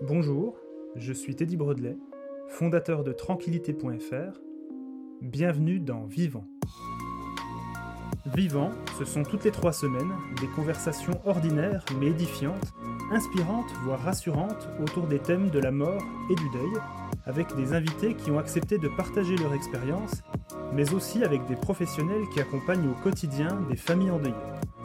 Bonjour, je suis Teddy Brodelet, fondateur de Tranquillité.fr. Bienvenue dans Vivant. Vivant, ce sont toutes les 3 semaines des conversations ordinaires mais édifiantes, inspirantes voire rassurantes autour des thèmes de la mort et du deuil, avec des invités qui ont accepté de partager leur expérience, mais aussi avec des professionnels qui accompagnent au quotidien des familles endeuillées.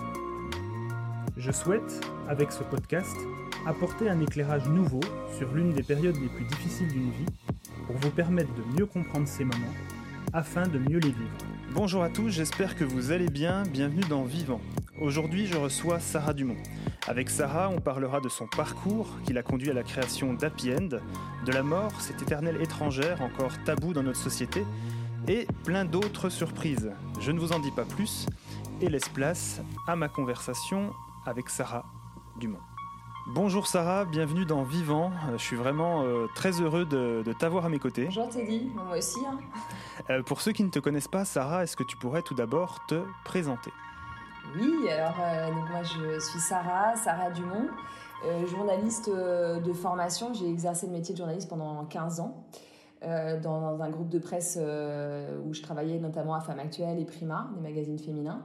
Je souhaite, avec ce podcast, apporter un éclairage nouveau sur l'une des périodes les plus difficiles d'une vie pour vous permettre de mieux comprendre ces moments afin de mieux les vivre. Bonjour à tous, j'espère que vous allez bien, bienvenue dans Vivant. Aujourd'hui, je reçois Sarah Dumont. Avec Sarah, on parlera de son parcours qui l'a conduit à la création d'Happy End, de la mort, cette éternelle étrangère encore taboue dans notre société, et plein d'autres surprises. Je ne vous en dis pas plus et laisse place à ma conversation avec Sarah Dumont. Bonjour Sarah, bienvenue dans Vivant. Je suis vraiment très heureux de t'avoir à mes côtés. Bonjour Teddy, moi aussi. Pour ceux qui ne te connaissent pas, Sarah, est-ce que tu pourrais tout d'abord te présenter ? Oui, alors donc moi je suis Sarah Dumont, journaliste de formation. J'ai exercé le métier de journaliste pendant 15 ans dans un groupe de presse où je travaillais notamment à Femme Actuelle et Prima, des magazines féminins.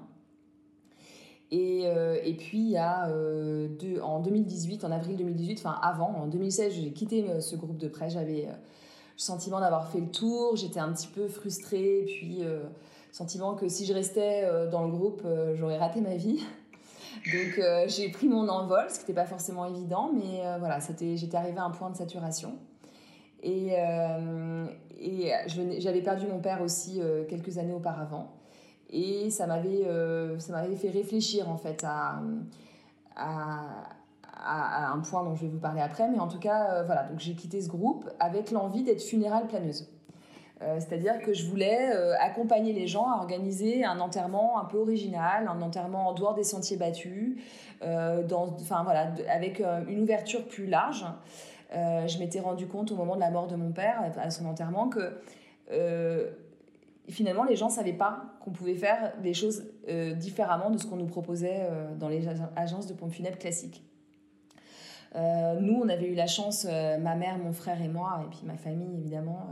Et puis il y a en 2018, en avril 2018, enfin avant, en 2016, j'ai quitté ce groupe de presse. J'avais le sentiment d'avoir fait le tour, j'étais un petit peu frustrée, puis sentiment que si je restais dans le groupe, j'aurais raté ma vie. Donc j'ai pris mon envol, ce qui n'était pas forcément évident, mais voilà, j'étais arrivée à un point de saturation. Et j'avais perdu mon père aussi quelques années auparavant. Et ça m'avait fait réfléchir en fait à un point dont je vais vous parler après. Mais en tout cas, voilà, donc j'ai quitté ce groupe avec l'envie d'être funérale planeuse. C'est-à-dire que je voulais accompagner les gens à organiser un enterrement un peu original, un enterrement en dehors des sentiers battus, avec une ouverture plus large. Je m'étais rendu compte au moment de la mort de mon père, à son enterrement, que finalement, les gens ne savaient pas qu'on pouvait faire des choses différemment de ce qu'on nous proposait dans les agences de pompes funèbres classiques. Nous, on avait eu la chance, ma mère, mon frère et moi, et puis ma famille évidemment,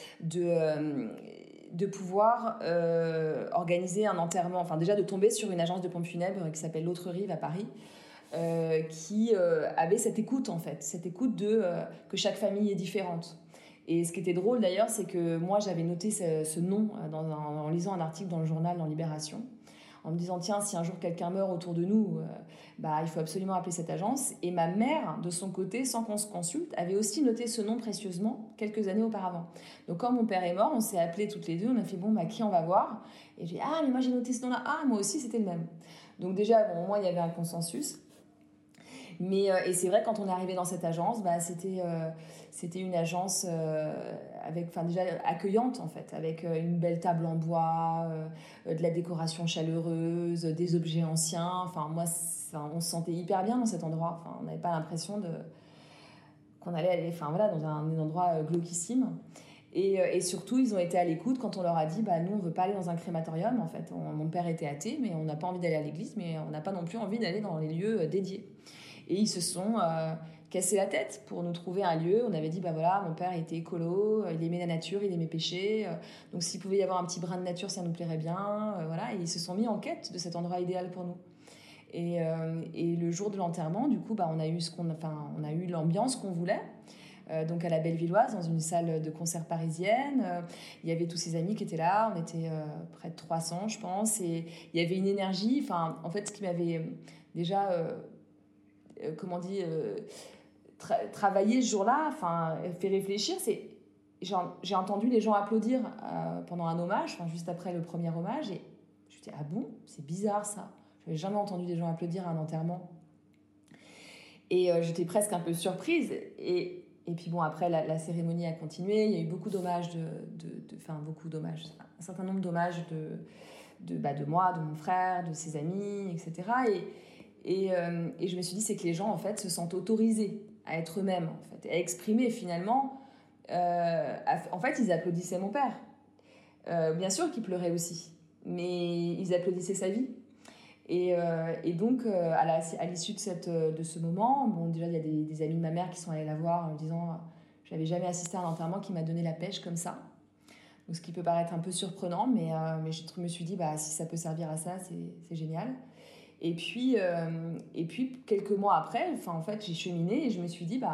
de pouvoir organiser un enterrement, enfin déjà de tomber sur une agence de pompes funèbres qui s'appelle L'Autre Rive à Paris, qui avait cette écoute en fait, cette écoute que chaque famille est différente. Et ce qui était drôle d'ailleurs, c'est que moi j'avais noté ce nom en lisant un article dans le journal, dans Libération, en me disant tiens, si un jour quelqu'un meurt autour de nous, il faut absolument appeler cette agence. Et ma mère, de son côté, sans qu'on se consulte, avait aussi noté ce nom précieusement quelques années auparavant. Donc quand mon père est mort, on s'est appelés toutes les deux, on a fait qui on va voir. Et j'ai dit mais moi j'ai noté ce nom-là, moi aussi c'était le même. Donc déjà, au moins il y avait un consensus. Mais et c'est vrai, quand on est arrivé dans cette agence, c'était une agence déjà accueillante en fait, avec une belle table en bois, de la décoration chaleureuse, des objets anciens. Enfin moi, on se sentait hyper bien dans cet endroit. Enfin, on n'avait pas l'impression qu'on allait aller, dans un endroit glauquissime. Et surtout, ils ont été à l'écoute quand on leur a dit nous, on ne veut pas aller dans un crématorium. En fait, mon père était athée, mais on n'a pas envie d'aller à l'église, mais on n'a pas non plus envie d'aller dans les lieux dédiés. Et ils se sont cassé la tête pour nous trouver un lieu. On avait dit, mon père était écolo, il aimait la nature, il aimait pêcher. Donc s'il pouvait y avoir un petit brin de nature, ça nous plairait bien. Et ils se sont mis en quête de cet endroit idéal pour nous. Et le jour de l'enterrement, du coup, on a eu l'ambiance qu'on voulait. Donc à la Bellevilloise, dans une salle de concert parisienne. Il y avait tous ses amis qui étaient là. On était près de 300, je pense. Et il y avait une énergie. En fait, ce qui m'avait déjà... travailler ce jour-là, fait réfléchir, j'ai entendu les gens applaudir pendant un hommage, juste après le premier hommage, et je me suis dit, ah bon, c'est bizarre ça, je n'avais jamais entendu des gens applaudir à un enterrement. Et j'étais presque un peu surprise, et puis après la cérémonie a continué, il y a eu beaucoup d'hommages, un certain nombre d'hommages de moi, de mon frère, de ses amis, etc. Et je me suis dit, c'est que les gens, en fait, se sentent autorisés à être eux-mêmes, en fait, à exprimer, finalement. En fait, ils applaudissaient mon père. Bien sûr qu'ils pleuraient aussi, mais ils applaudissaient sa vie. Et donc, à l'issue de ce moment, bon, déjà, il y a des amis de ma mère qui sont allés la voir en me disant j'avais jamais assisté à un enterrement qui m'a donné la pêche comme ça. Donc, ce qui peut paraître un peu surprenant, mais je me suis dit, si ça peut servir à ça, c'est génial. Et puis, quelques mois après, en fait, j'ai cheminé et je me suis dit,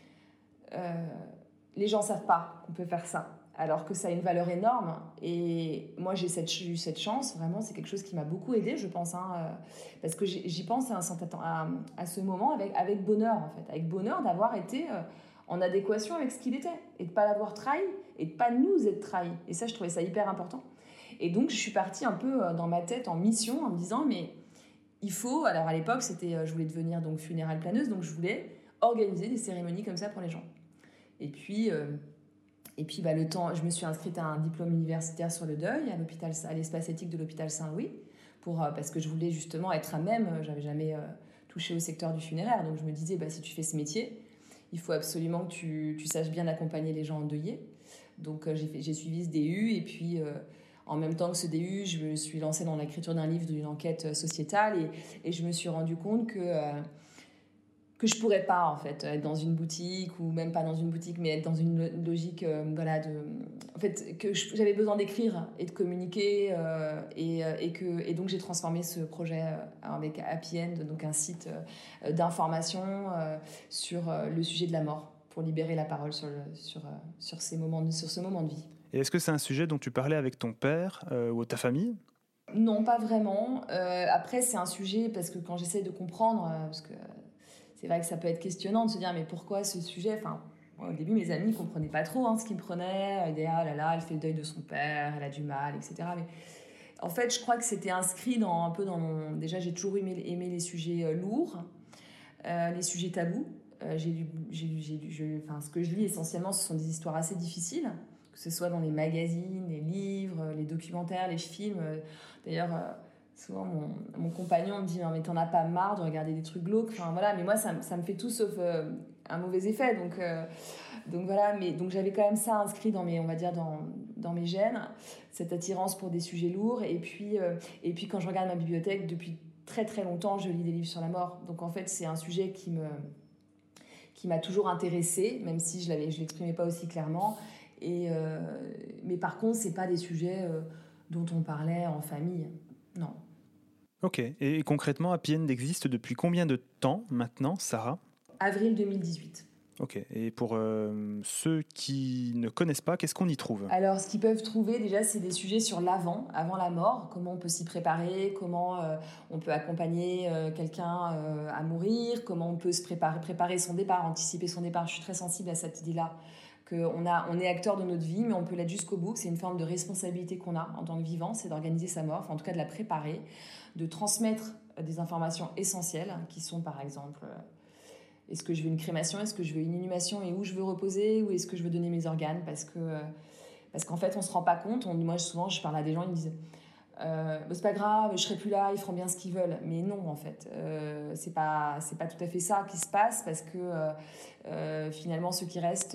les gens ne savent pas qu'on peut faire ça, alors que ça a une valeur énorme. Et moi, j'ai eu cette chance, vraiment, c'est quelque chose qui m'a beaucoup aidée, je pense, parce que j'y pense à ce moment avec bonheur, en fait, avec bonheur d'avoir été en adéquation avec ce qu'il était, et de ne pas l'avoir trahi, et de ne pas nous être trahis. Et ça, je trouvais ça hyper important. Et donc, je suis partie un peu dans ma tête en mission, en me disant, mais il faut... Alors, à l'époque, je voulais devenir donc funéraire planeuse, donc je voulais organiser des cérémonies comme ça pour les gens. Et puis, le temps, je me suis inscrite à un diplôme universitaire sur le deuil à l'espace éthique de l'hôpital Saint-Louis, parce que je voulais justement être à même. J'avais jamais touché au secteur du funéraire, donc je me disais, si tu fais ce métier, il faut absolument que tu saches bien accompagner les gens endeuillés. Donc j'ai suivi ce DU, et puis en même temps que ce DU, je me suis lancée dans l'écriture d'un livre, d'une enquête sociétale, et je me suis rendu compte que je pourrais pas, en fait, être dans une boutique, ou même pas dans une boutique, mais être dans une logique, en fait, que j'avais besoin d'écrire et de communiquer, et donc j'ai transformé ce projet avec Happy End, donc un site d'information sur le sujet de la mort, pour libérer la parole sur ce moment de vie. Et est-ce que c'est un sujet dont tu parlais avec ton père ou ta famille ? Non, pas vraiment. Après, c'est un sujet, parce que quand j'essaie de comprendre, parce que c'est vrai que ça peut être questionnant de se dire mais pourquoi ce sujet, au début, mes amis ne comprenaient pas trop ce qu'ils me prenaient. Ils disaient ah là là, elle fait le deuil de son père, elle a du mal, etc. Mais en fait, je crois que c'était inscrit un peu dans mon... Déjà, j'ai toujours aimé les sujets lourds, les sujets tabous. Ce que je lis essentiellement, ce sont des histoires assez difficiles, que ce soit dans les magazines, les livres, les documentaires, les films. D'ailleurs, souvent mon compagnon me dit non mais t'en as pas marre de regarder des trucs glauques. Mais moi ça me fait tout sauf un mauvais effet. Donc voilà, donc j'avais quand même ça inscrit dans mes gènes, cette attirance pour des sujets lourds. Et puis quand je regarde ma bibliothèque, depuis très très longtemps, je lis des livres sur la mort. Donc en fait, c'est un sujet qui m'a toujours intéressée, même si je l'exprimais pas aussi clairement. Mais par contre, c'est pas des sujets dont on parlait en famille. Non. Ok. Et concrètement, Happy End existe depuis combien de temps maintenant, Sarah ? Avril 2018. Ok. Et pour ceux qui ne connaissent pas, qu'est-ce qu'on y trouve ? Alors, ce qu'ils peuvent trouver, déjà, c'est des sujets sur avant la mort. Comment on peut s'y préparer, comment on peut accompagner quelqu'un à mourir, comment on peut se préparer son départ, anticiper son départ. Je suis très sensible à cette idée-là. On est acteur de notre vie, mais on peut l'être jusqu'au bout. C'est une forme de responsabilité qu'on a en tant que vivant, c'est d'organiser sa mort, en tout cas de la préparer, de transmettre des informations essentielles qui sont par exemple est-ce que je veux une crémation, est-ce que je veux une inhumation et où je veux reposer, ou est-ce que je veux donner mes organes, parce qu'en fait on se rend pas compte. Moi souvent je parle à des gens, ils me disent c'est pas grave, je serai plus là, ils feront bien ce qu'ils veulent. Mais non, en fait, c'est pas tout à fait ça qui se passe, parce que finalement ceux qui restent,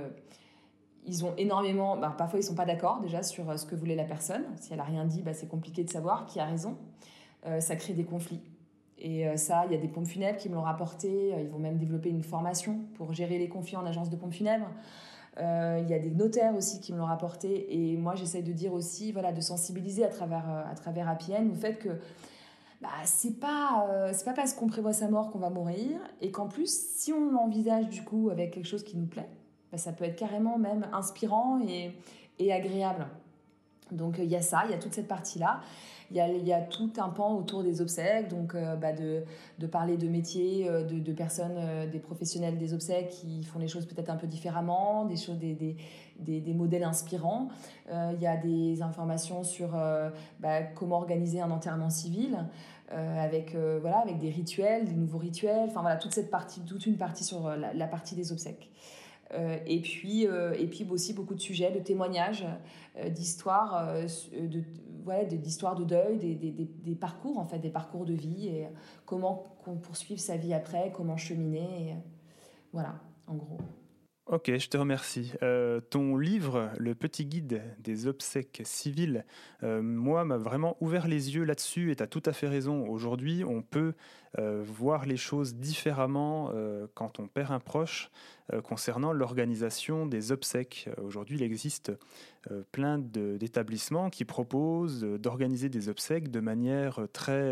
ils ont énormément... parfois ils sont pas d'accord déjà sur ce que voulait la personne. Si elle a rien dit, c'est compliqué de savoir qui a raison. Ça crée des conflits. Et ça, il y a des pompes funèbres qui me l'ont rapporté. Ils vont même développer une formation pour gérer les conflits en agence de pompes funèbres. Il y a des notaires aussi qui me l'ont rapporté. Et moi, j'essaie de dire aussi, de sensibiliser à travers Happy End au fait que c'est pas parce qu'on prévoit sa mort qu'on va mourir. Et qu'en plus, si on l'envisage du coup avec quelque chose qui nous plaît, ça peut être carrément même inspirant et agréable. Donc il y a ça, il y a toute cette partie-là. Il y a tout un pan autour des obsèques, donc de parler de métiers, de personnes, des professionnels des obsèques qui font les choses peut-être un peu différemment, des modèles inspirants. Il y a des informations sur comment organiser un enterrement civil, avec des rituels, des nouveaux rituels, toute une partie sur la partie des obsèques. Et puis aussi beaucoup de sujets, de témoignages, d'histoires, d'histoires de deuil, des parcours, en fait, des parcours de vie, et comment poursuivre sa vie après, comment cheminer, et voilà, en gros. Ok, je te remercie. Ton livre, Le petit guide des obsèques civiles, moi, m'a vraiment ouvert les yeux là-dessus et tu as tout à fait raison. Aujourd'hui, on peut voir les choses différemment quand on perd un proche concernant l'organisation des obsèques. Aujourd'hui, il existe plein d'établissements qui proposent d'organiser des obsèques de manière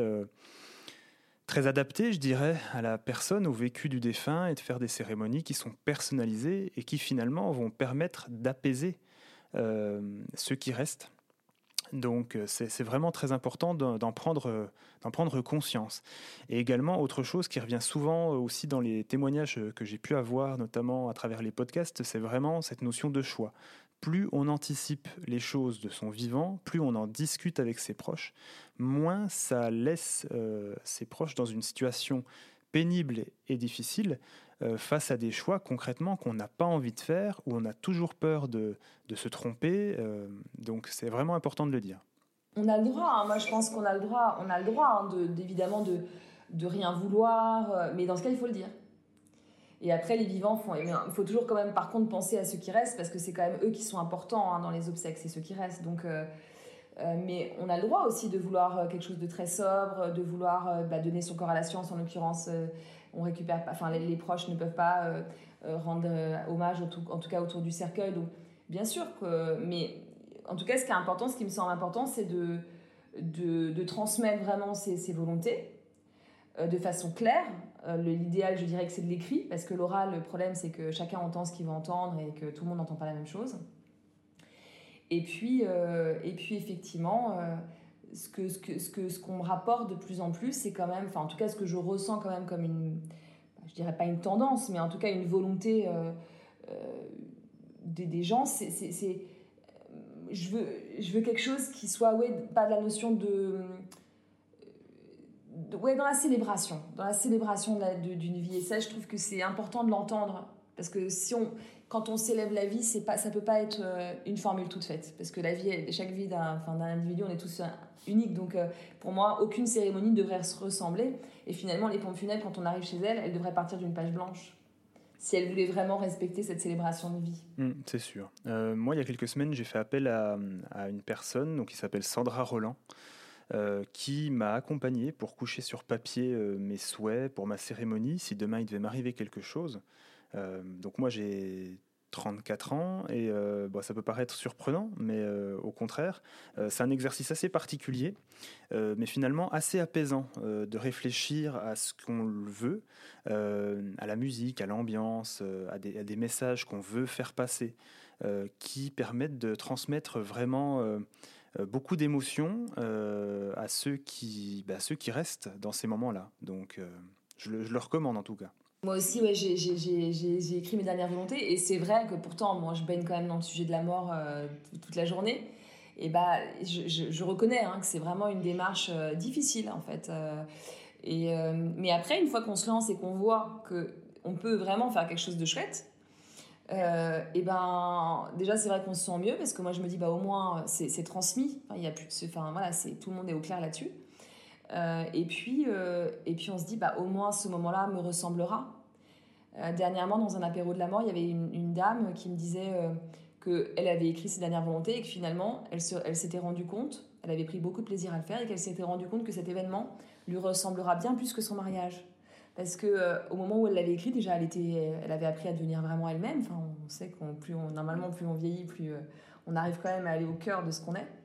très adapté, je dirais, à la personne, au vécu du défunt et de faire des cérémonies qui sont personnalisées et qui finalement vont permettre d'apaiser ceux qui restent. Donc c'est vraiment très important d'en prendre conscience. Et également, autre chose qui revient souvent aussi dans les témoignages que j'ai pu avoir, notamment à travers les podcasts, c'est vraiment cette notion de choix. Plus on anticipe les choses de son vivant, plus on en discute avec ses proches, moins ça laisse ses proches dans une situation pénible et difficile face à des choix concrètement qu'on n'a pas envie de faire, où on a toujours peur de se tromper. Donc c'est vraiment important de le dire. On a le droit, hein. Moi je pense qu'on a le droit, hein, évidemment de rien vouloir, mais dans ce cas il faut le dire. Et après les vivants il faut toujours quand même par contre penser à ceux qui restent, parce que c'est quand même eux qui sont importants, hein, dans les obsèques, c'est ceux qui restent. Donc, mais on a le droit aussi de vouloir quelque chose de très sobre, de vouloir donner son corps à la science. En l'occurrence, on récupère pas, enfin les proches ne peuvent pas rendre hommage, en tout cas autour du cercueil. Donc bien sûr que, mais en tout cas ce qui est important, ce qui me semble important, c'est de transmettre vraiment ces volontés de façon claire. L'idéal, je dirais que c'est de l'écrit, parce que l'oral, le problème c'est que chacun entend ce qu'il veut entendre et que tout le monde n'entend pas la même chose. Et puis effectivement, ce qu'on me rapporte de plus en plus, c'est quand même, enfin en tout cas ce que je ressens quand même comme une, je dirais pas une tendance, mais en tout cas une volonté des gens, je veux quelque chose qui soit, pas de la notion dans la célébration d'une vie. Et ça, je trouve que c'est important de l'entendre, parce que quand on célèbre la vie, ça peut pas être une formule toute faite, parce que la vie, chaque vie d'un individu, on est tous uniques. Donc pour moi, aucune cérémonie ne devrait se ressembler. Et finalement, les pompes funèbres, quand on arrive chez elles devraient partir d'une page blanche, si elles voulaient vraiment respecter cette célébration de vie. C'est sûr. Moi, il y a quelques semaines, j'ai fait appel à une personne donc, qui s'appelle Sandra Roland, qui m'a accompagné pour coucher sur papier mes souhaits pour ma cérémonie, si demain il devait m'arriver quelque chose. Donc moi, j'ai 34 ans et ça peut paraître surprenant, mais au contraire, c'est un exercice assez particulier, mais finalement assez apaisant de réfléchir à ce qu'on veut, à la musique, à l'ambiance, à des messages qu'on veut faire passer, qui permettent de transmettre vraiment beaucoup d'émotions à ceux qui restent dans ces moments-là. Donc je le recommande en tout cas. Moi aussi, j'ai écrit mes dernières volontés, et c'est vrai que pourtant, moi, je baigne quand même dans le sujet de la mort toute la journée. Et je reconnais que c'est vraiment une démarche difficile, en fait. Mais après, une fois qu'on se lance et qu'on voit qu'on peut vraiment faire quelque chose de chouette, déjà, c'est vrai qu'on se sent mieux, parce que moi, je me dis, au moins, c'est transmis. Enfin, y a plus de tout le monde est au clair là-dessus. Et puis on se dit, au moins ce moment-là me ressemblera. Dernièrement, dans un apéro de la mort, il y avait une dame qui me disait qu'elle avait écrit ses dernières volontés, et que finalement elle s'était rendue compte, elle avait pris beaucoup de plaisir à le faire, et qu'elle s'était rendue compte que cet événement lui ressemblera bien plus que son mariage. Parce que au moment où elle l'avait écrit, déjà elle avait appris à devenir vraiment elle-même. Enfin, on sait normalement plus on vieillit, plus on arrive quand même à aller au cœur de ce qu'on est.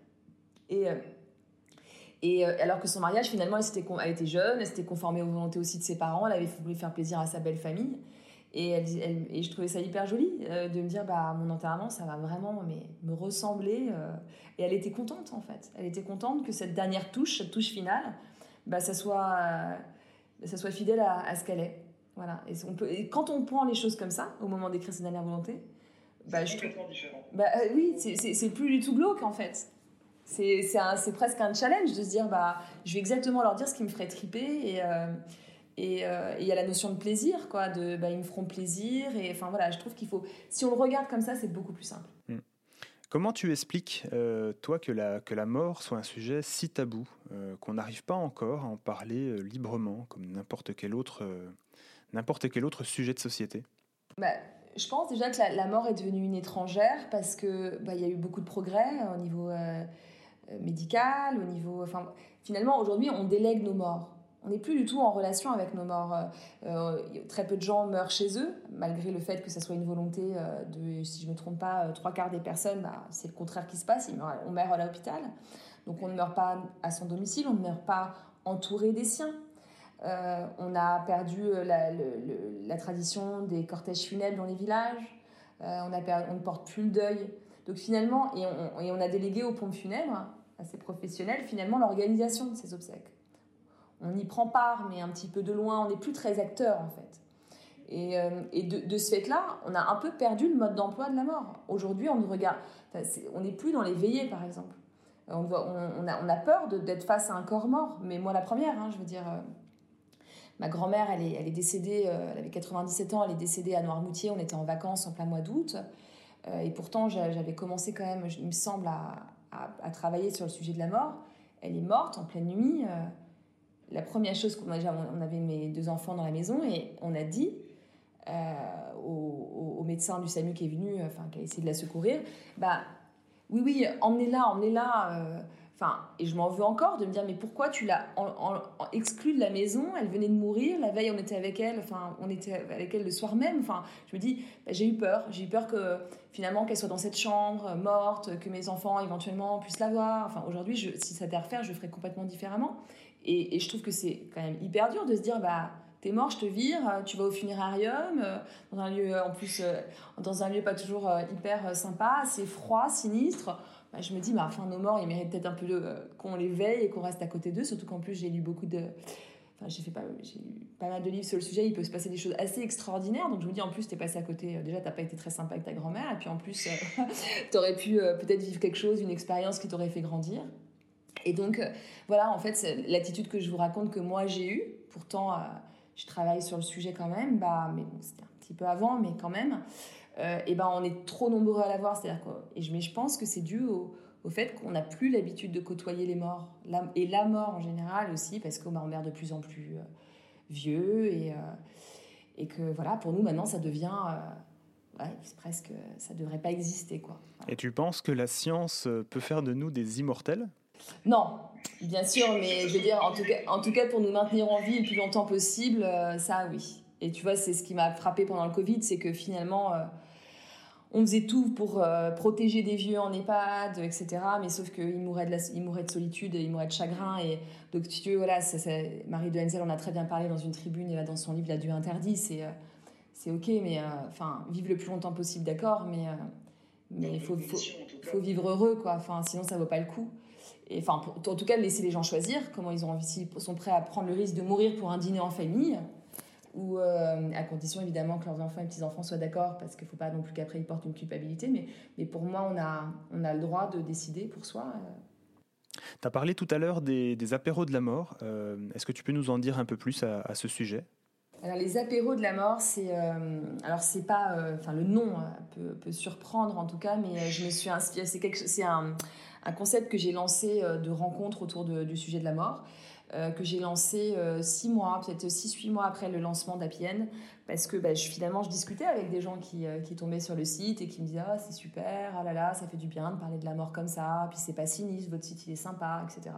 Et alors que son mariage, finalement, elle était jeune, elle s'était conformée aux volontés aussi de ses parents, elle avait voulu faire plaisir à sa belle famille. Et je trouvais ça hyper joli de me dire, mon enterrement, ça va vraiment me ressembler. Et elle était contente, en fait. Elle était contente que cette dernière touche, cette touche finale, ça soit fidèle à ce qu'elle est. Voilà. Et quand on prend les choses comme ça, au moment d'écrire ses dernières volontés, c'est complètement différent. Oui, c'est plus du tout glauque, en fait. C'est presque un challenge de se dire, je vais exactement leur dire ce qui me ferait triper, et il y a la notion de plaisir, quoi, ils me feront plaisir, et enfin voilà, je trouve qu'il faut, si on le regarde comme ça, c'est beaucoup plus simple. Comment tu expliques, toi, que la mort soit un sujet si tabou, qu'on n'arrive pas encore à en parler librement, comme n'importe quel autre sujet de société ? Je pense déjà que la mort est devenue une étrangère parce que il y a eu beaucoup de progrès au niveau médical, au niveau... finalement, aujourd'hui, on délègue nos morts. On n'est plus du tout en relation avec nos morts. Très peu de gens meurent chez eux, malgré le fait que ça soit une volonté de, si je ne me trompe pas, 3/4 des personnes, c'est le contraire qui se passe, on meurt à l'hôpital. Donc on ne meurt pas à son domicile, on ne meurt pas entouré des siens. On a perdu la tradition des cortèges funèbres dans les villages. On ne porte plus le deuil. Donc finalement, et on a délégué aux pompes funèbres, à ces professionnels, finalement, l'organisation de ces obsèques. On y prend part, mais un petit peu de loin. On n'est plus très acteurs, en fait. Et de ce fait-là, on a un peu perdu le mode d'emploi de la mort. Aujourd'hui, on n'est plus dans les veillées, par exemple. On a peur d'être face à un corps mort. Mais moi, la première, je veux dire... Ma grand-mère, elle est décédée, elle avait 97 ans, elle est décédée à Noirmoutier, on était en vacances en plein mois d'août. Et pourtant, j'avais commencé quand même, il me semble, à travailler sur le sujet de la mort. Elle est morte en pleine nuit. La première chose on avait mes 2 enfants dans la maison et on a dit au médecin du SAMU qui est venu, qui a essayé de la secourir, oui, emmenez-la. Et je m'en veux encore de me dire, mais pourquoi tu l'as exclue de la maison? Elle venait de mourir, la veille on était avec elle, on était avec elle le soir même. Je me dis, j'ai eu peur que finalement qu'elle soit dans cette chambre, morte, que mes enfants éventuellement puissent la voir. Aujourd'hui, si ça était à refaire, je le ferais complètement différemment. Et je trouve que c'est quand même hyper dur de se dire, t'es mort, je te vire, tu vas au funérarium, dans un lieu, en plus, dans un lieu pas toujours hyper sympa, assez froid, sinistre. Je me dis, nos morts, ils méritent peut-être un peu qu'on les veille et qu'on reste à côté d'eux, surtout qu'en plus, j'ai lu beaucoup de... j'ai lu pas mal de livres sur le sujet, il peut se passer des choses assez extraordinaires, donc je me dis, en plus, t'es passé à côté, déjà, t'as pas été très sympa avec ta grand-mère, et puis en plus, t'aurais pu peut-être vivre quelque chose, une expérience qui t'aurait fait grandir. Et donc, voilà, en fait, c'est l'attitude que je vous raconte que moi, j'ai eue. Pourtant, je travaille sur le sujet quand même, mais bon, c'était un petit peu avant, mais quand même... on est trop nombreux à l'avoir, mais je pense que c'est dû au fait qu'on n'a plus l'habitude de côtoyer les morts et la mort en général aussi, parce qu'on meurt de plus en plus vieux et que voilà, pour nous maintenant ça devient c'est presque, ça devrait pas exister, quoi. Et tu penses que la science peut faire de nous des immortels? Non, bien sûr, mais je veux dire, en tout cas pour nous maintenir en vie le plus longtemps possible, ça oui. Et tu vois, c'est ce qui m'a frappé pendant le Covid, c'est que finalement, on faisait tout pour protéger des vieux en EHPAD, etc. Mais sauf qu'ils mouraient de solitude, ils mouraient de chagrin. Et donc, tu vois, voilà, Marie de Henzel en a très bien parlé dans une tribune, et là, dans son livre, La Dieu interdit. C'est OK, mais vivre le plus longtemps possible, d'accord, mais il faut vivre heureux, quoi. Sinon, ça vaut pas le coup. Et en tout cas, laisser les gens choisir comment ils sont prêts à prendre le risque de mourir pour un dîner en famille, ou à condition évidemment que leurs enfants et petits-enfants soient d'accord, parce qu'il ne faut pas non plus qu'après ils portent une culpabilité, mais pour moi on a le droit de décider pour soi. Tu as parlé tout à l'heure des apéros de la mort, est-ce que tu peux nous en dire un peu plus à ce sujet? Alors les apéros de la mort, c'est pas le nom peut surprendre en tout cas, mais je me suis inspirée, c'est un concept que j'ai lancé de rencontre autour du sujet de la mort, que j'ai lancé 6 mois, peut-être 6-8 mois après le lancement d'Happy End, parce que finalement je discutais avec des gens qui tombaient sur le site et qui me disaient c'est super, ah là là, ça fait du bien de parler de la mort comme ça, puis c'est pas sinistre, votre site il est sympa, etc.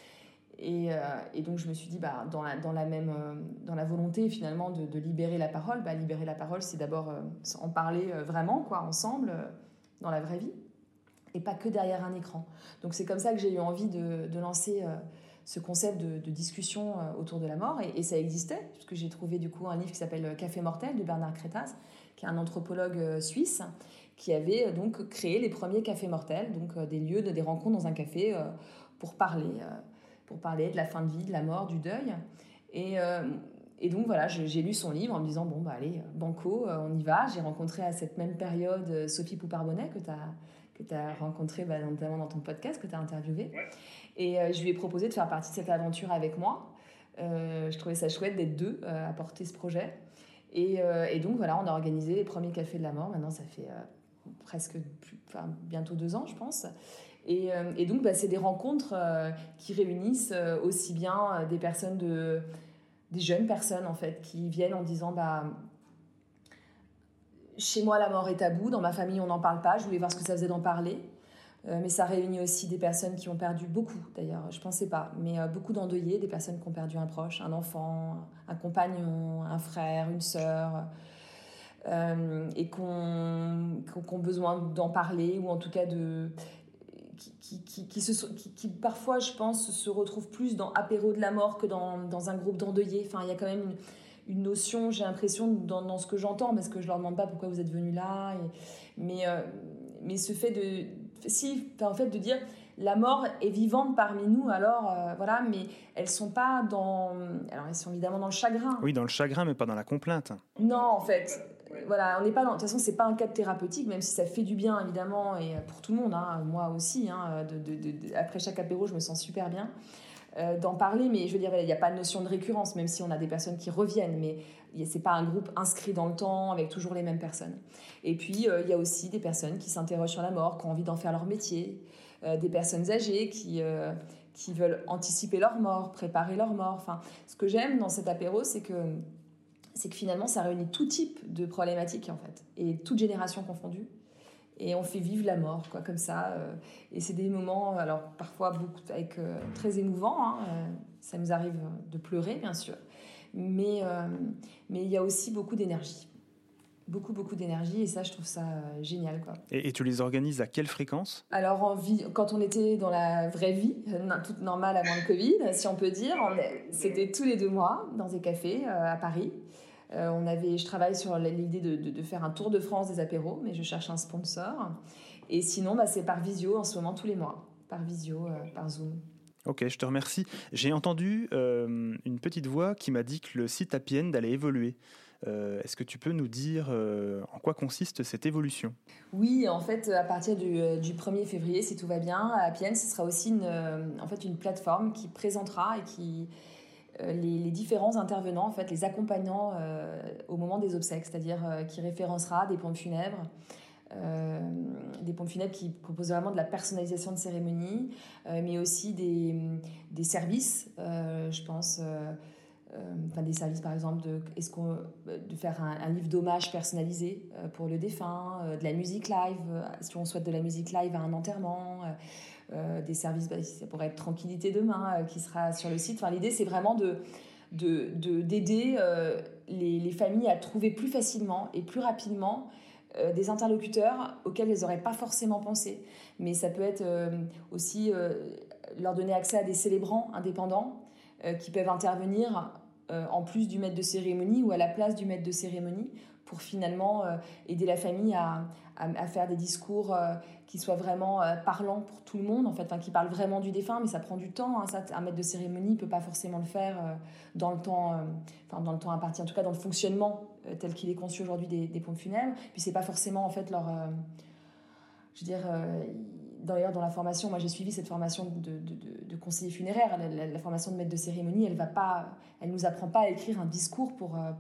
Et donc je me suis dit dans la volonté finalement de libérer la parole, libérer la parole, c'est d'abord en parler vraiment, quoi, ensemble, dans la vraie vie, et pas que derrière un écran. Donc c'est comme ça que j'ai eu envie de lancer ce concept de discussion autour de la mort, et ça existait, puisque j'ai trouvé du coup un livre qui s'appelle Café mortel de Bernard Crétaz, qui est un anthropologue suisse, qui avait donc créé les premiers cafés mortels, donc des lieux, des rencontres dans un café pour parler de la fin de vie, de la mort, du deuil. Et donc voilà, j'ai lu son livre en me disant allez, banco, on y va. J'ai rencontré à cette même période Sophie Poupard-Bonnet que tu as rencontrée notamment dans ton podcast, que tu as interviewé. Ouais. Et je lui ai proposé de faire partie de cette aventure avec moi. Je trouvais ça chouette d'être 2 à porter ce projet. Et donc voilà, on a organisé les premiers cafés de la mort. Maintenant, ça fait bientôt 2 ans, je pense. Et donc, c'est des rencontres qui réunissent aussi bien des jeunes personnes, en fait, qui viennent en disant Chez moi, la mort est tabou. Dans ma famille, on n'en parle pas. Je voulais voir ce que ça faisait d'en parler. Mais ça réunit aussi des personnes qui ont perdu beaucoup, d'ailleurs. Je ne pensais pas. Mais beaucoup d'endeuillés, des personnes qui ont perdu un proche, un enfant, un compagnon, un frère, une sœur. Et qui ont besoin d'en parler, ou en tout cas qui parfois, je pense, se retrouvent plus dans apéro de la mort que dans un groupe d'endeuillés. Enfin, il y a quand même une notion, j'ai l'impression, dans ce que j'entends, parce que je leur demande pas pourquoi vous êtes venus là, mais ce fait de dire la mort est vivante parmi nous, alors voilà, mais elles sont pas alors elles sont évidemment dans le chagrin. Oui, dans le chagrin, mais pas dans la complainte. Non, en fait, voilà, on n'est pas de toute façon, c'est pas un cadre thérapeutique, même si ça fait du bien évidemment, et pour tout le monde, hein, moi aussi, hein, après chaque apéro, je me sens super bien. D'en parler, mais je veux dire, il n'y a pas de notion de récurrence, même si on a des personnes qui reviennent, mais c'est pas un groupe inscrit dans le temps avec toujours les mêmes personnes. Et puis il y a aussi des personnes qui s'interrogent sur la mort, qui ont envie d'en faire leur métier, des personnes âgées qui veulent anticiper leur mort, préparer leur mort. Enfin, ce que j'aime dans cet apéro, c'est que finalement ça réunit tout type de problématiques en fait, et toute génération confondue. Et on fait vivre la mort, quoi, comme ça. Et c'est des moments, alors parfois très émouvants. Hein, ça nous arrive de pleurer, bien sûr. Mais il y a aussi beaucoup d'énergie. Beaucoup d'énergie. Et ça, je trouve ça génial, quoi. Et tu les organises à quelle fréquence ? Alors, quand on était dans la vraie vie, toute normale avant le Covid, si on peut dire, c'était tous les 2 mois dans des cafés à Paris. Je travaille sur l'idée de faire un tour de France des apéros, mais je cherche un sponsor. Et sinon, c'est par visio en ce moment, tous les mois. Par visio, par Zoom. Ok, je te remercie. J'ai entendu une petite voix qui m'a dit que le site Happy End allait évoluer. Est-ce que tu peux nous dire en quoi consiste cette évolution ? Oui, en fait, à partir du 1er février, si tout va bien, Happy End, ce sera aussi une plateforme qui présentera et qui... les différents intervenants, en fait, les accompagnants au moment des obsèques, c'est-à-dire qui référencera des pompes funèbres, qui proposent vraiment de la personnalisation de cérémonie, mais aussi des services, je pense, des services par exemple de faire un livre d'hommage personnalisé pour le défunt, de la musique live, si on souhaite de la musique live à un enterrement, des services, ça pourrait être Tranquillité Demain qui sera sur le site. Enfin, l'idée, c'est vraiment d'aider les familles à trouver plus facilement et plus rapidement des interlocuteurs auxquels elles n'auraient pas forcément pensé. Mais ça peut être aussi leur donner accès à des célébrants indépendants qui peuvent intervenir en plus du maître de cérémonie ou à la place du maître de cérémonie pour finalement aider la famille à faire des discours qui soient vraiment parlants pour tout le monde, en fait, qui parlent vraiment du défunt, mais ça prend du temps. Hein, ça, un maître de cérémonie ne peut pas forcément le faire dans le temps imparti, en tout cas dans le fonctionnement tel qu'il est conçu aujourd'hui des pompes funèbres. Puis c'est pas forcément en fait leur... D'ailleurs, dans la formation, moi j'ai suivi cette formation de conseiller funéraire. La formation de maître de cérémonie, elle nous apprend pas à écrire un discours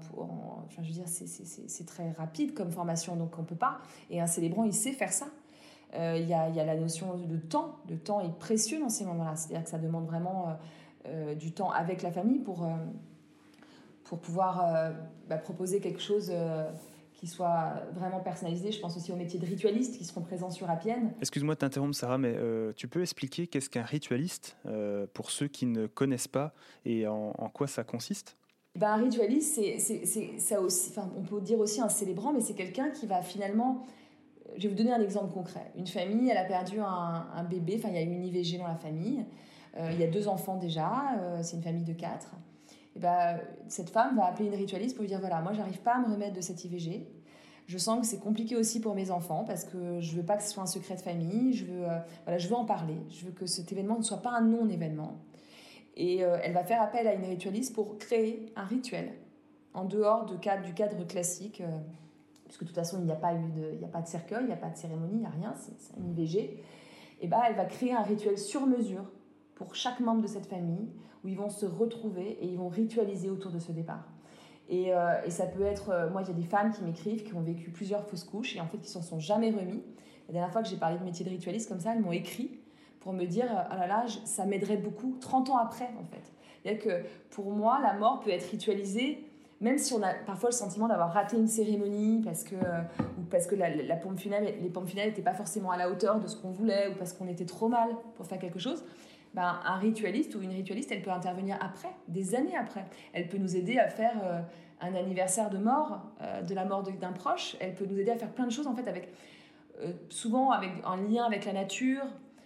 c'est très rapide comme formation, donc on peut pas. Et un célébrant, il sait faire ça. Il y a la notion de temps. Le temps est précieux dans ces moments-là. C'est-à-dire que ça demande vraiment du temps avec la famille pour pouvoir proposer quelque chose qui soit vraiment personnalisé. Je pense aussi aux métiers de ritualistes qui seront présents sur Happy End. Excuse-moi de t'interrompre, Sarah, mais tu peux expliquer qu'est-ce qu'un ritualiste pour ceux qui ne connaissent pas et en quoi ça consiste ? Un ritualiste, c'est ça aussi. On peut dire aussi un célébrant, mais c'est quelqu'un qui va finalement... Je vais vous donner un exemple concret. Une famille, elle a perdu un bébé. Il y a eu une IVG dans la famille. Il y a 2 enfants déjà. C'est une famille de 4. Et cette femme va appeler une ritualiste pour lui dire, voilà, moi, j'arrive pas à me remettre de cette IVG. Je sens que c'est compliqué aussi pour mes enfants parce que je veux pas que ce soit un secret de famille. Je veux en parler. Je veux que cet événement ne soit pas un non-événement. Et elle va faire appel à une ritualiste pour créer un rituel en dehors du cadre classique. Puisque de toute façon, il n'y a pas de cercueil, il n'y a pas de cérémonie, il n'y a rien, c'est un IVG. Et elle va créer un rituel sur mesure pour chaque membre de cette famille, où ils vont se retrouver et ils vont ritualiser autour de ce départ. Et ça peut être... moi, il y a des femmes qui m'écrivent, qui ont vécu plusieurs fausses couches et en fait, qui s'en sont jamais remis. La dernière fois que j'ai parlé de métier de ritualiste comme ça, elles m'ont écrit pour me dire, ah là là, ça m'aiderait beaucoup, 30 ans après, en fait. C'est-à-dire que pour moi, la mort peut être ritualisée même si on a parfois le sentiment d'avoir raté une cérémonie parce que la pompe funèbre, les pompes funèbres n'étaient pas forcément à la hauteur de ce qu'on voulait ou parce qu'on était trop mal pour faire quelque chose, un ritualiste ou une ritualiste, elle peut intervenir après, des années après. Elle peut nous aider à faire un anniversaire de mort, de la mort d'un proche. Elle peut nous aider à faire plein de choses en fait, souvent avec un lien avec la nature,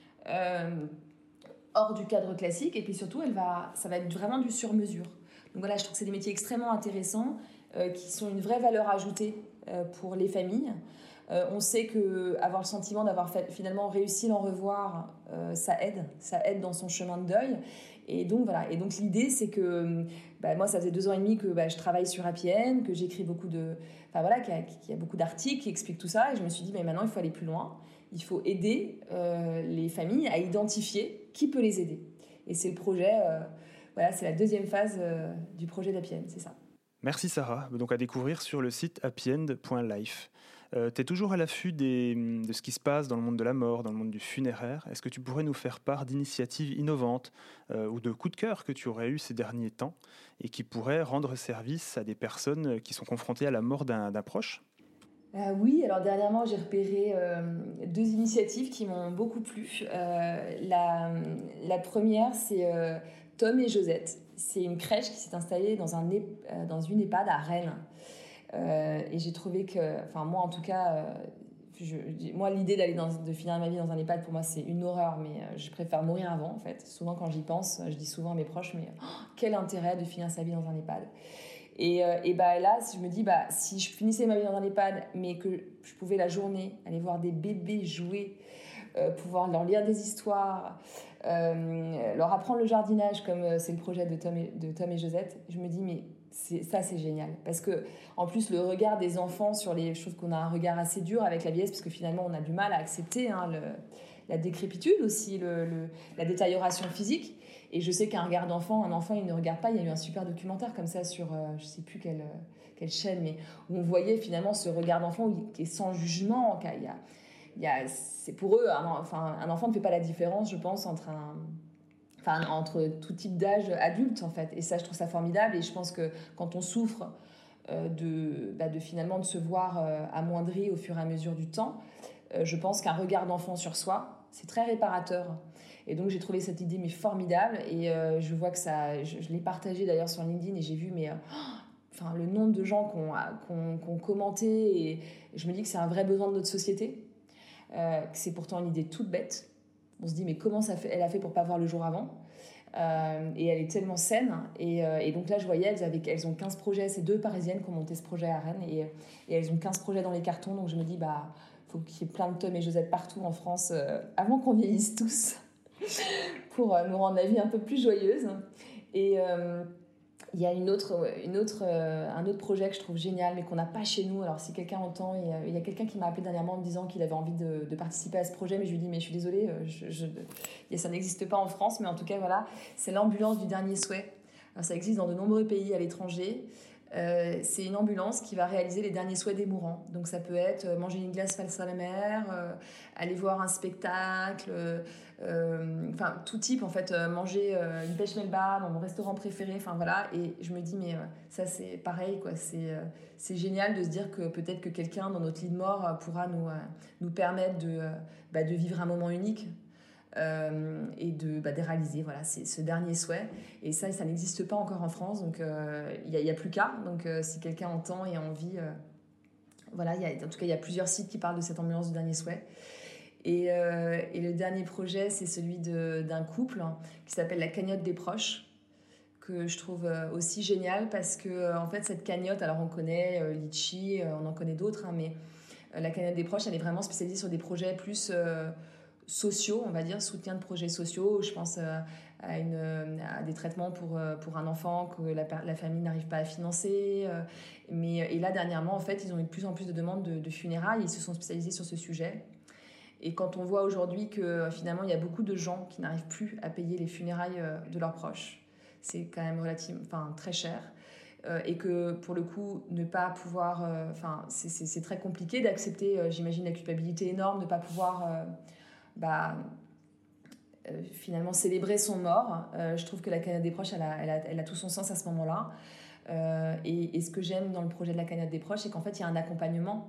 hors du cadre classique. Et puis surtout, ça va être vraiment du sur-mesure. Donc voilà, je trouve que c'est des métiers extrêmement intéressants qui sont une vraie valeur ajoutée pour les familles. On sait qu'avoir le sentiment d'avoir finalement réussi l'en revoir, ça aide dans son chemin de deuil. Et donc voilà. Et donc l'idée, c'est que moi, ça faisait 2 ans et demi que je travaille sur Happy End, que j'écris beaucoup qu'il y a beaucoup d'articles qui expliquent tout ça. Et je me suis dit, mais maintenant, il faut aller plus loin. Il faut aider les familles à identifier qui peut les aider. Et c'est le projet. C'est la 2e phase du projet d'Happy End, c'est ça. Merci Sarah. Donc à découvrir sur le site happyend.life. Tu es toujours à l'affût de ce qui se passe dans le monde de la mort, dans le monde du funéraire. Est-ce que tu pourrais nous faire part d'initiatives innovantes ou de coups de cœur que tu aurais eus ces derniers temps et qui pourraient rendre service à des personnes qui sont confrontées à la mort d'un proche ? Oui, alors dernièrement, j'ai repéré 2 initiatives qui m'ont beaucoup plu. La première, c'est Tom et Josette. C'est une crèche qui s'est installée dans une EHPAD à Rennes. Et j'ai trouvé que, moi en tout cas, moi l'idée de finir ma vie dans un EHPAD, pour moi c'est une horreur, mais je préfère mourir avant en fait. Souvent quand j'y pense, je dis souvent à mes proches, mais quel intérêt de finir sa vie dans un EHPAD. Et là, je me dis, si je finissais ma vie dans un EHPAD, mais que je pouvais la journée aller voir des bébés jouer, pouvoir leur lire des histoires, leur apprendre le jardinage, comme c'est le projet de Tom et Josette, je me dis, mais c'est génial. Parce que, en plus, le regard des enfants sur les choses, qu'on a un regard assez dur avec la vieillesse, parce que finalement, on a du mal à accepter la décrépitude aussi, la détérioration physique. Et je sais qu'un regard d'enfant, un enfant, il ne regarde pas. Il y a eu un super documentaire comme ça sur, je ne sais plus quelle chaîne, mais où on voyait finalement ce regard d'enfant qui est sans jugement. C'est pour eux, un enfant ne fait pas la différence, je pense, entre tout type d'âge adulte, en fait. Et ça, je trouve ça formidable. Et je pense que quand on souffre finalement de se voir amoindri au fur et à mesure du temps, je pense qu'un regard d'enfant sur soi, c'est très réparateur. Et donc, j'ai trouvé cette idée formidable. Et je vois que ça... Je l'ai partagée d'ailleurs sur LinkedIn et j'ai vu le nombre de gens qui ont commenté. Et je me dis que c'est un vrai besoin de notre société. Que c'est pourtant une idée toute bête. On se dit, mais comment elle a fait pour ne pas voir le jour avant ? Et elle est tellement saine. Et donc là, je voyais, elles ont 15 projets. C'est 2 Parisiennes qui ont monté ce projet à Rennes. Et elles ont 15 projets dans les cartons. Donc je me dis, faut qu'il y ait plein de Tom et Josette partout en France avant qu'on vieillisse tous pour nous rendre la vie un peu plus joyeuse. Et il y a un autre projet que je trouve génial, mais qu'on n'a pas chez nous. Alors, si quelqu'un entend, il y a quelqu'un qui m'a appelé dernièrement en me disant qu'il avait envie de participer à ce projet, mais je lui dis, mais je suis désolée, ça n'existe pas en France, mais en tout cas, voilà, c'est l'ambulance du dernier souhait. Alors, ça existe dans de nombreux pays à l'étranger. C'est une ambulance qui va réaliser les derniers souhaits des mourants. Donc ça peut être manger une glace face à la mer, aller voir un spectacle, tout type en fait, manger une pêche melba dans mon restaurant préféré, voilà. Et je me dis mais ça c'est pareil quoi, c'est génial de se dire que peut-être que quelqu'un dans notre lit de mort pourra nous permettre de vivre un moment unique. Et de réaliser voilà, ce dernier souhait. Et ça n'existe pas encore en France, donc il n'y a plus qu'à. Donc si quelqu'un entend et a envie, en tout cas il y a plusieurs sites qui parlent de cette ambulance du dernier souhait. Et le dernier projet, c'est celui d'un couple qui s'appelle la cagnotte des proches, que je trouve aussi génial parce que en fait cette cagnotte, alors on connaît Litchi, on en connaît d'autres, mais la cagnotte des proches, elle est vraiment spécialisée sur des projets plus sociaux, on va dire, soutien de projets sociaux. Je pense à des traitements pour un enfant que la famille n'arrive pas à financer. Et là, dernièrement, en fait, ils ont eu de plus en plus de demandes de funérailles. Ils se sont spécialisés sur ce sujet. Et quand on voit aujourd'hui que finalement, il y a beaucoup de gens qui n'arrivent plus à payer les funérailles de leurs proches, c'est quand même très cher. Et que pour le coup, ne pas pouvoir... c'est très compliqué d'accepter, j'imagine, la culpabilité énorme de ne pas pouvoir... finalement célébrer son mort. Je trouve que la cagnotte des proches elle a tout son sens à ce moment-là. Et ce que j'aime dans le projet de la cagnotte des proches, c'est qu'en fait, il y a un accompagnement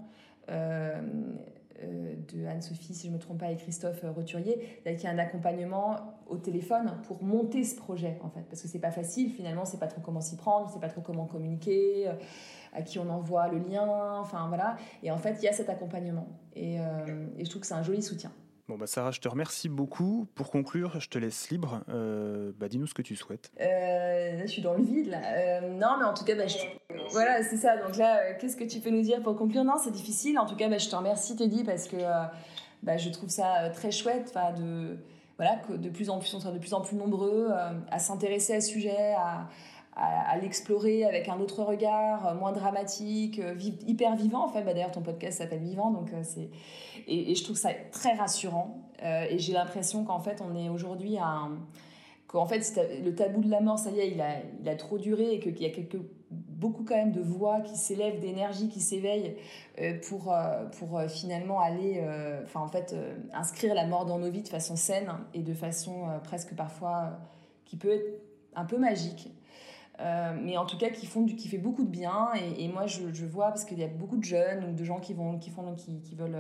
de Anne-Sophie, si je ne me trompe pas, et Christophe Roturier, il y a un accompagnement au téléphone pour monter ce projet, en fait, parce que c'est pas facile, finalement, c'est pas trop comment s'y prendre, c'est pas trop comment communiquer, à qui on envoie le lien, enfin voilà, et en fait, il y a cet accompagnement, et je trouve que c'est un joli soutien. Bon, Sarah, je te remercie beaucoup. Pour conclure, je te laisse libre. Dis-nous ce que tu souhaites. Là, je suis dans le vide, là. Non, mais en tout cas, voilà, c'est ça. Donc là, qu'est-ce que tu peux nous dire pour conclure ? Non, c'est difficile. En tout cas, je te remercie, Teddy, parce que je trouve ça très chouette que de plus en plus, on soit de plus en plus nombreux à s'intéresser à ce sujet, à l'explorer avec un autre regard, moins dramatique, hyper vivant. En fait, d'ailleurs, ton podcast s'appelle Vivant, donc et je trouve ça très rassurant. Et j'ai l'impression qu'en fait, on est aujourd'hui qu'en fait, le tabou de la mort, ça y est, il a trop duré et qu'il y a beaucoup quand même de voix qui s'élèvent, d'énergie qui s'éveillent pour finalement aller, inscrire la mort dans nos vies de façon saine et de façon presque parfois qui peut être un peu magique. Mais en tout cas qui fait beaucoup de bien et moi je vois parce qu'il y a beaucoup de jeunes ou de gens qui veulent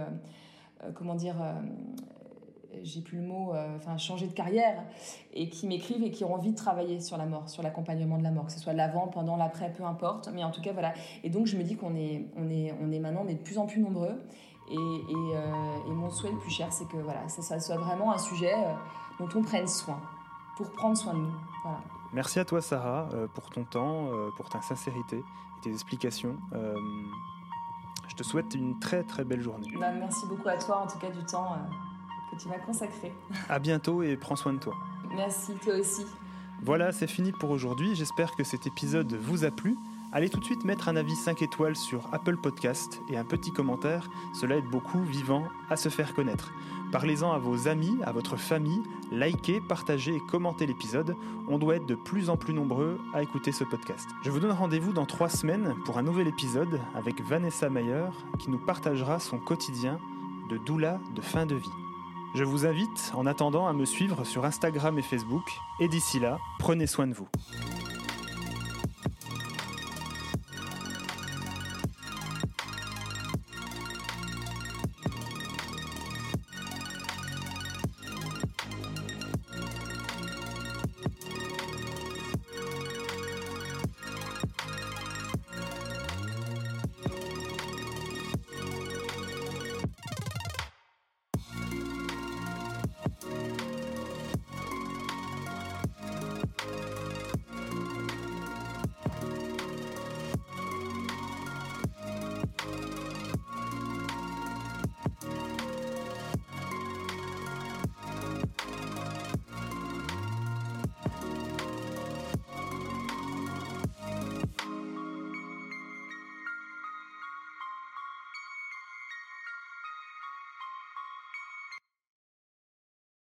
j'ai plus le mot changer de carrière et qui m'écrivent et qui ont envie de travailler sur la mort, sur l'accompagnement de la mort, que ce soit l'avant, pendant, l'après, peu importe, mais en tout cas voilà. Et donc je me dis qu'on est maintenant de plus en plus nombreux et mon souhait le plus cher, c'est que voilà, ça soit vraiment un sujet dont on prenne soin pour prendre soin de nous. Voilà. Merci à toi, Sarah, pour ton temps, pour ta sincérité et tes explications. Je te souhaite une très très belle journée. Merci beaucoup à toi, en tout cas, du temps que tu m'as consacré. À bientôt et prends soin de toi. Merci, toi aussi. Voilà, c'est fini pour aujourd'hui. J'espère que cet épisode vous a plu. Allez tout de suite mettre un avis 5 étoiles sur Apple Podcast et un petit commentaire. Cela aide beaucoup Vivant à se faire connaître. Parlez-en à vos amis, à votre famille. Likez, partagez et commentez l'épisode. On doit être de plus en plus nombreux à écouter ce podcast. Je vous donne rendez-vous dans 3 semaines pour un nouvel épisode avec Vanessa Mayer qui nous partagera son quotidien de doula de fin de vie. Je vous invite en attendant à me suivre sur Instagram et Facebook. Et d'ici là, prenez soin de vous.